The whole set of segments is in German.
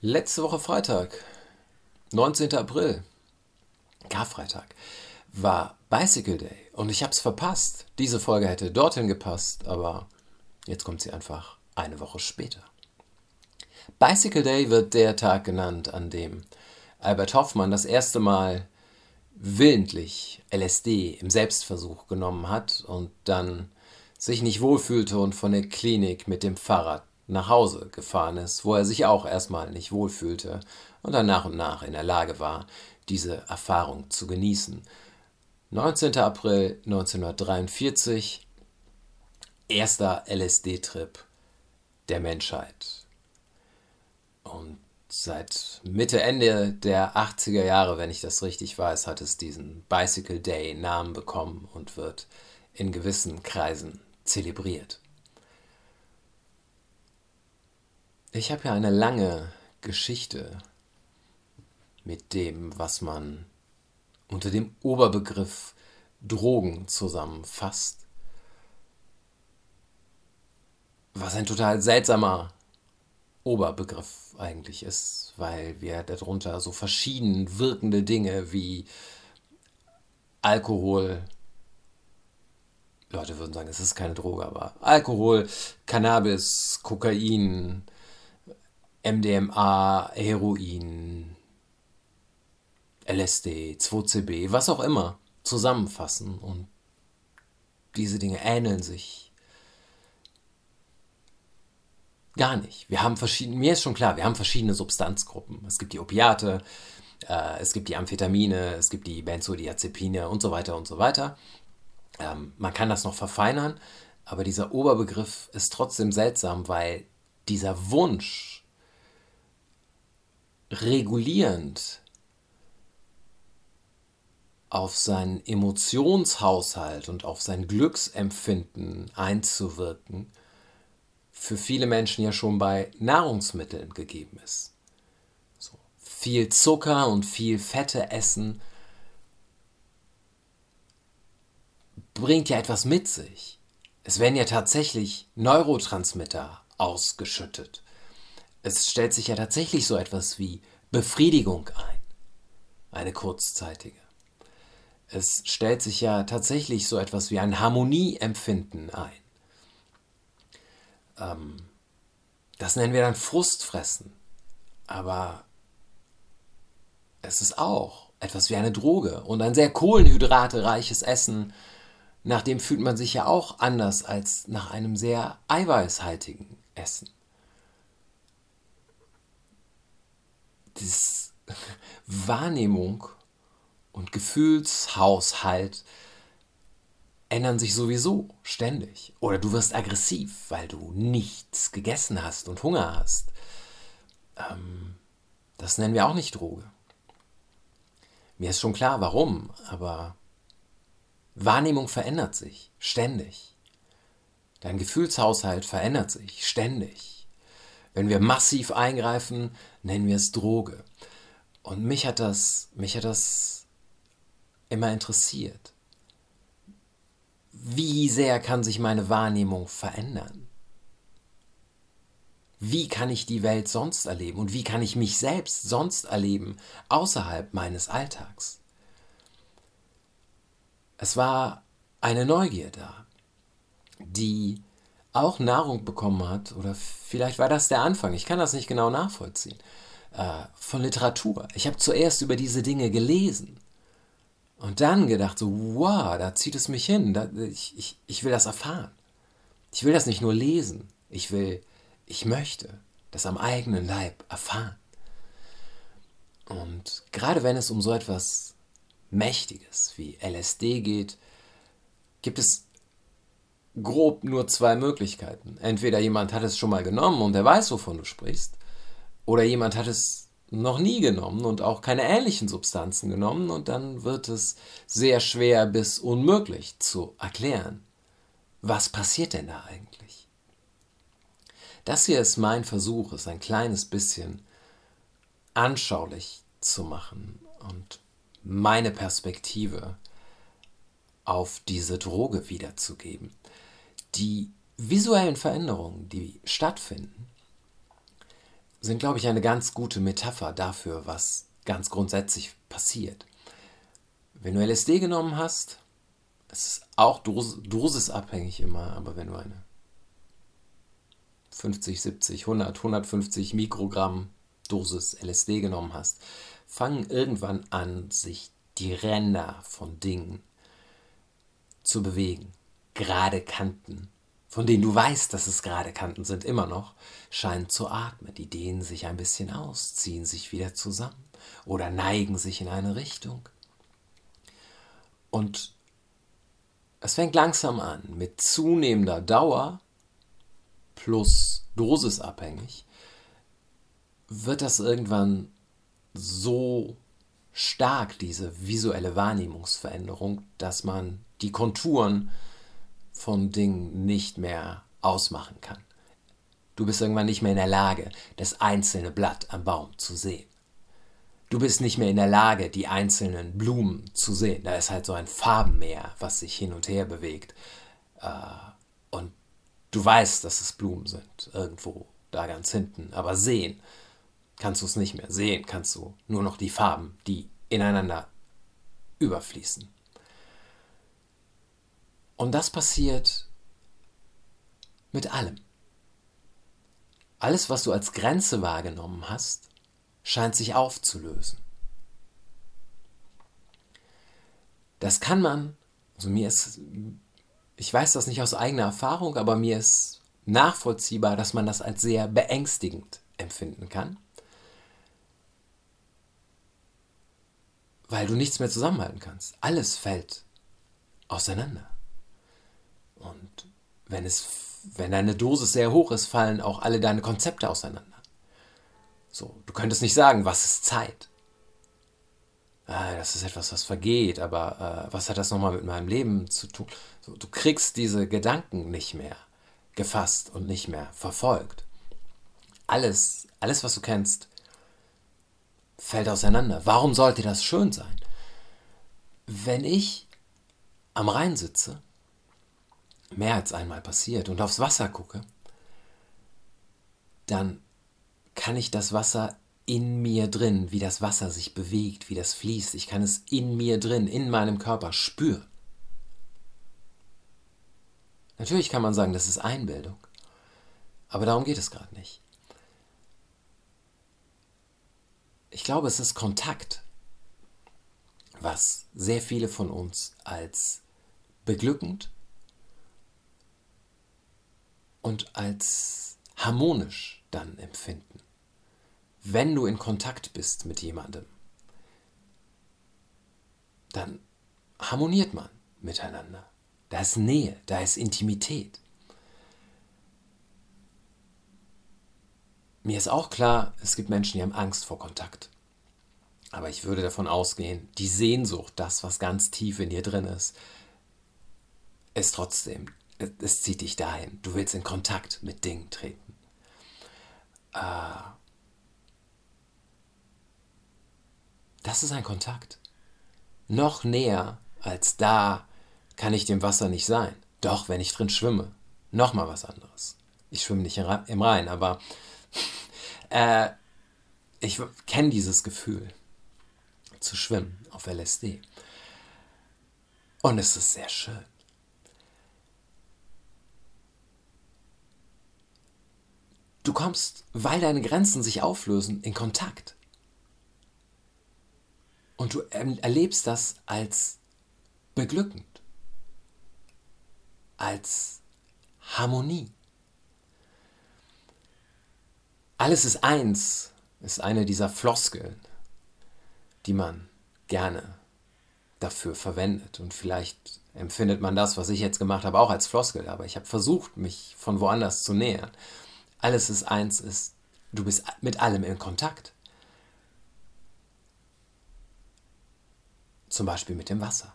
Letzte Woche Freitag, 19. April, Karfreitag, war Bicycle Day und ich habe es verpasst. Diese Folge hätte dorthin gepasst, aber jetzt kommt sie einfach eine Woche später. Bicycle Day wird der Tag genannt, an dem Albert Hofmann das erste Mal willentlich LSD im Selbstversuch genommen hat und dann sich nicht wohlfühlte und von der Klinik mit dem Fahrrad nach Hause gefahren ist, wo er sich auch erstmal nicht wohlfühlte und dann nach und nach in der Lage war, diese Erfahrung zu genießen. 19. April 1943, erster LSD-Trip der Menschheit. Und seit Mitte, Ende der 80er Jahre, wenn ich das richtig weiß, hat es diesen Bicycle Day Namen bekommen und wird in gewissen Kreisen zelebriert. Ich habe ja eine lange Geschichte mit dem, was man unter dem Oberbegriff Drogen zusammenfasst, was ein total seltsamer Oberbegriff eigentlich ist, weil wir darunter so verschieden wirkende Dinge wie Alkohol, Leute würden sagen, es ist keine Droge, aber Alkohol, Cannabis, Kokain, MDMA, Heroin, LSD, 2CB, was auch immer, zusammenfassen. Und diese Dinge ähneln sich gar nicht. Mir ist schon klar, wir haben verschiedene Substanzgruppen. Es gibt die Opiate, es gibt die Amphetamine, es gibt die Benzodiazepine und so weiter und so weiter. Man kann das noch verfeinern, aber dieser Oberbegriff ist trotzdem seltsam, weil dieser Wunsch, regulierend auf seinen Emotionshaushalt und auf sein Glücksempfinden einzuwirken, für viele Menschen ja schon bei Nahrungsmitteln gegeben ist. So viel Zucker und viel Fette essen bringt ja etwas mit sich. Es werden ja tatsächlich Neurotransmitter ausgeschüttet. Es stellt sich ja tatsächlich so etwas wie Befriedigung ein, eine kurzzeitige. Es stellt sich ja tatsächlich so etwas wie ein Harmonieempfinden ein. Das nennen wir dann Frustfressen. Aber es ist auch etwas wie eine Droge und ein sehr kohlenhydratereiches Essen. Nach dem fühlt man sich ja auch anders als nach einem sehr eiweißhaltigen Essen. Das Wahrnehmung und Gefühlshaushalt ändern sich sowieso ständig. Oder du wirst aggressiv, weil du nichts gegessen hast und Hunger hast. Das nennen wir auch nicht Droge. Mir ist schon klar, warum, aber Wahrnehmung verändert sich ständig. Dein Gefühlshaushalt verändert sich ständig. Wenn wir massiv eingreifen, nennen wir es Droge. Und mich hat das immer interessiert. Wie sehr kann sich meine Wahrnehmung verändern? Wie kann ich die Welt sonst erleben? Und wie kann ich mich selbst sonst erleben, außerhalb meines Alltags? Es war eine Neugier da, die auch Nahrung bekommen hat, oder vielleicht war das der Anfang, ich kann das nicht genau nachvollziehen, von Literatur. Ich habe zuerst über diese Dinge gelesen und dann gedacht, so, wow, da zieht es mich hin, ich will das erfahren. Ich will das nicht nur lesen, ich möchte das am eigenen Leib erfahren. Und gerade wenn es um so etwas Mächtiges wie LSD geht, gibt es grob nur zwei Möglichkeiten. Entweder jemand hat es schon mal genommen und er weiß, wovon du sprichst, oder jemand hat es noch nie genommen und auch keine ähnlichen Substanzen genommen und dann wird es sehr schwer bis unmöglich zu erklären. Was passiert denn da eigentlich? Das hier ist mein Versuch, es ein kleines bisschen anschaulich zu machen und meine Perspektive auf diese Droge wiederzugeben. Die visuellen Veränderungen, die stattfinden, sind, glaube ich, eine ganz gute Metapher dafür, was ganz grundsätzlich passiert. Wenn du LSD genommen hast, es ist auch dosisabhängig immer, aber wenn du eine 50, 70, 100, 150 Mikrogramm Dosis LSD genommen hast, fangen irgendwann an, sich die Ränder von Dingen zu bewegen. Gerade Kanten, von denen du weißt, dass es gerade Kanten sind, immer noch, scheinen zu atmen. Die dehnen sich ein bisschen aus, ziehen sich wieder zusammen oder neigen sich in eine Richtung. Und es fängt langsam an, mit zunehmender Dauer plus dosisabhängig, wird das irgendwann so stark, diese visuelle Wahrnehmungsveränderung, dass man die Konturen von Dingen nicht mehr ausmachen kann. Du bist irgendwann nicht mehr in der Lage, das einzelne Blatt am Baum zu sehen. Du bist nicht mehr in der Lage, die einzelnen Blumen zu sehen. Da ist halt so ein Farbenmeer, was sich hin und her bewegt. Und du weißt, dass es Blumen sind, irgendwo da ganz hinten. Aber sehen kannst du es nicht mehr. Sehen kannst du nur noch die Farben, die ineinander überfließen. Und das passiert mit allem. Alles, was du als Grenze wahrgenommen hast, scheint sich aufzulösen. Das kann man, ich weiß das nicht aus eigener Erfahrung, aber mir ist nachvollziehbar, dass man das als sehr beängstigend empfinden kann, weil du nichts mehr zusammenhalten kannst. Alles fällt auseinander. Und wenn deine Dosis sehr hoch ist, fallen auch alle deine Konzepte auseinander. So, du könntest nicht sagen, was ist Zeit? Das ist etwas, was vergeht, aber was hat das nochmal mit meinem Leben zu tun? So, du kriegst diese Gedanken nicht mehr gefasst und nicht mehr verfolgt. Alles, was du kennst, fällt auseinander. Warum sollte das schön sein? Wenn ich am Rhein sitze, mehr als einmal passiert, und aufs Wasser gucke, dann kann ich das Wasser in mir drin, wie das Wasser sich bewegt, wie das fließt. Ich kann es in mir drin, in meinem Körper spüren. Natürlich kann man sagen, das ist Einbildung, aber darum geht es gerade nicht. Ich glaube, es ist Kontakt, was sehr viele von uns als beglückend und als harmonisch dann empfinden. Wenn du in Kontakt bist mit jemandem, dann harmoniert man miteinander. Da ist Nähe, da ist Intimität. Mir ist auch klar, es gibt Menschen, die haben Angst vor Kontakt. Aber ich würde davon ausgehen, die Sehnsucht, das, was ganz tief in dir drin ist trotzdem, es zieht dich dahin. Du willst in Kontakt mit Dingen treten. Das ist ein Kontakt. Noch näher als da kann ich dem Wasser nicht sein. Doch, wenn ich drin schwimme, nochmal was anderes. Ich schwimme nicht im Rhein, aber ich kenne dieses Gefühl, zu schwimmen auf LSD. Und es ist sehr schön. Du kommst, weil deine Grenzen sich auflösen, in Kontakt. Und du erlebst das als beglückend, als Harmonie. Alles ist eins, ist eine dieser Floskeln, die man gerne dafür verwendet. Und vielleicht empfindet man das, was ich jetzt gemacht habe, auch als Floskel. Aber ich habe versucht, mich von woanders zu nähern. Alles ist eins, du bist mit allem in Kontakt. Zum Beispiel mit dem Wasser.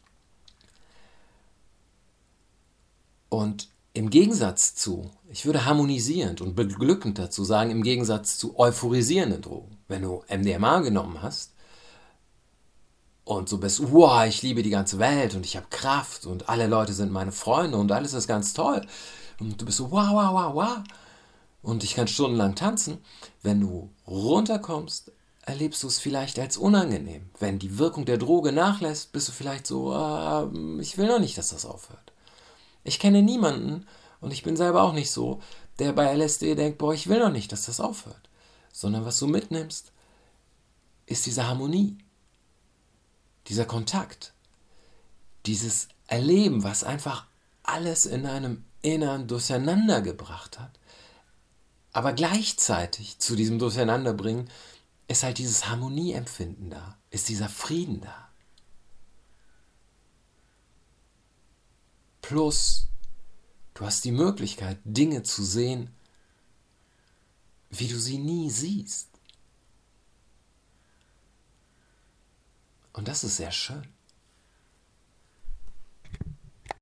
Und im Gegensatz zu, ich würde harmonisierend und beglückend dazu sagen, im Gegensatz zu euphorisierenden Drogen. Wenn du MDMA genommen hast und so bist, wow, ich liebe die ganze Welt und ich habe Kraft und alle Leute sind meine Freunde und alles ist ganz toll. Und du bist so, wow, wow, wow, wow. und ich kann stundenlang tanzen. Wenn du runterkommst, erlebst du es vielleicht als unangenehm. Wenn die Wirkung der Droge nachlässt, bist du vielleicht so, ich will noch nicht, dass das aufhört. Ich kenne niemanden, und ich bin selber auch nicht so, der bei LSD denkt, boah, ich will noch nicht, dass das aufhört. Sondern was du mitnimmst, ist diese Harmonie, dieser Kontakt, dieses Erleben, was einfach alles in deinem Innern durcheinander gebracht hat. Aber gleichzeitig zu diesem Durcheinanderbringen ist halt dieses Harmonieempfinden da, ist dieser Frieden da. Plus, du hast die Möglichkeit, Dinge zu sehen, wie du sie nie siehst. Und das ist sehr schön.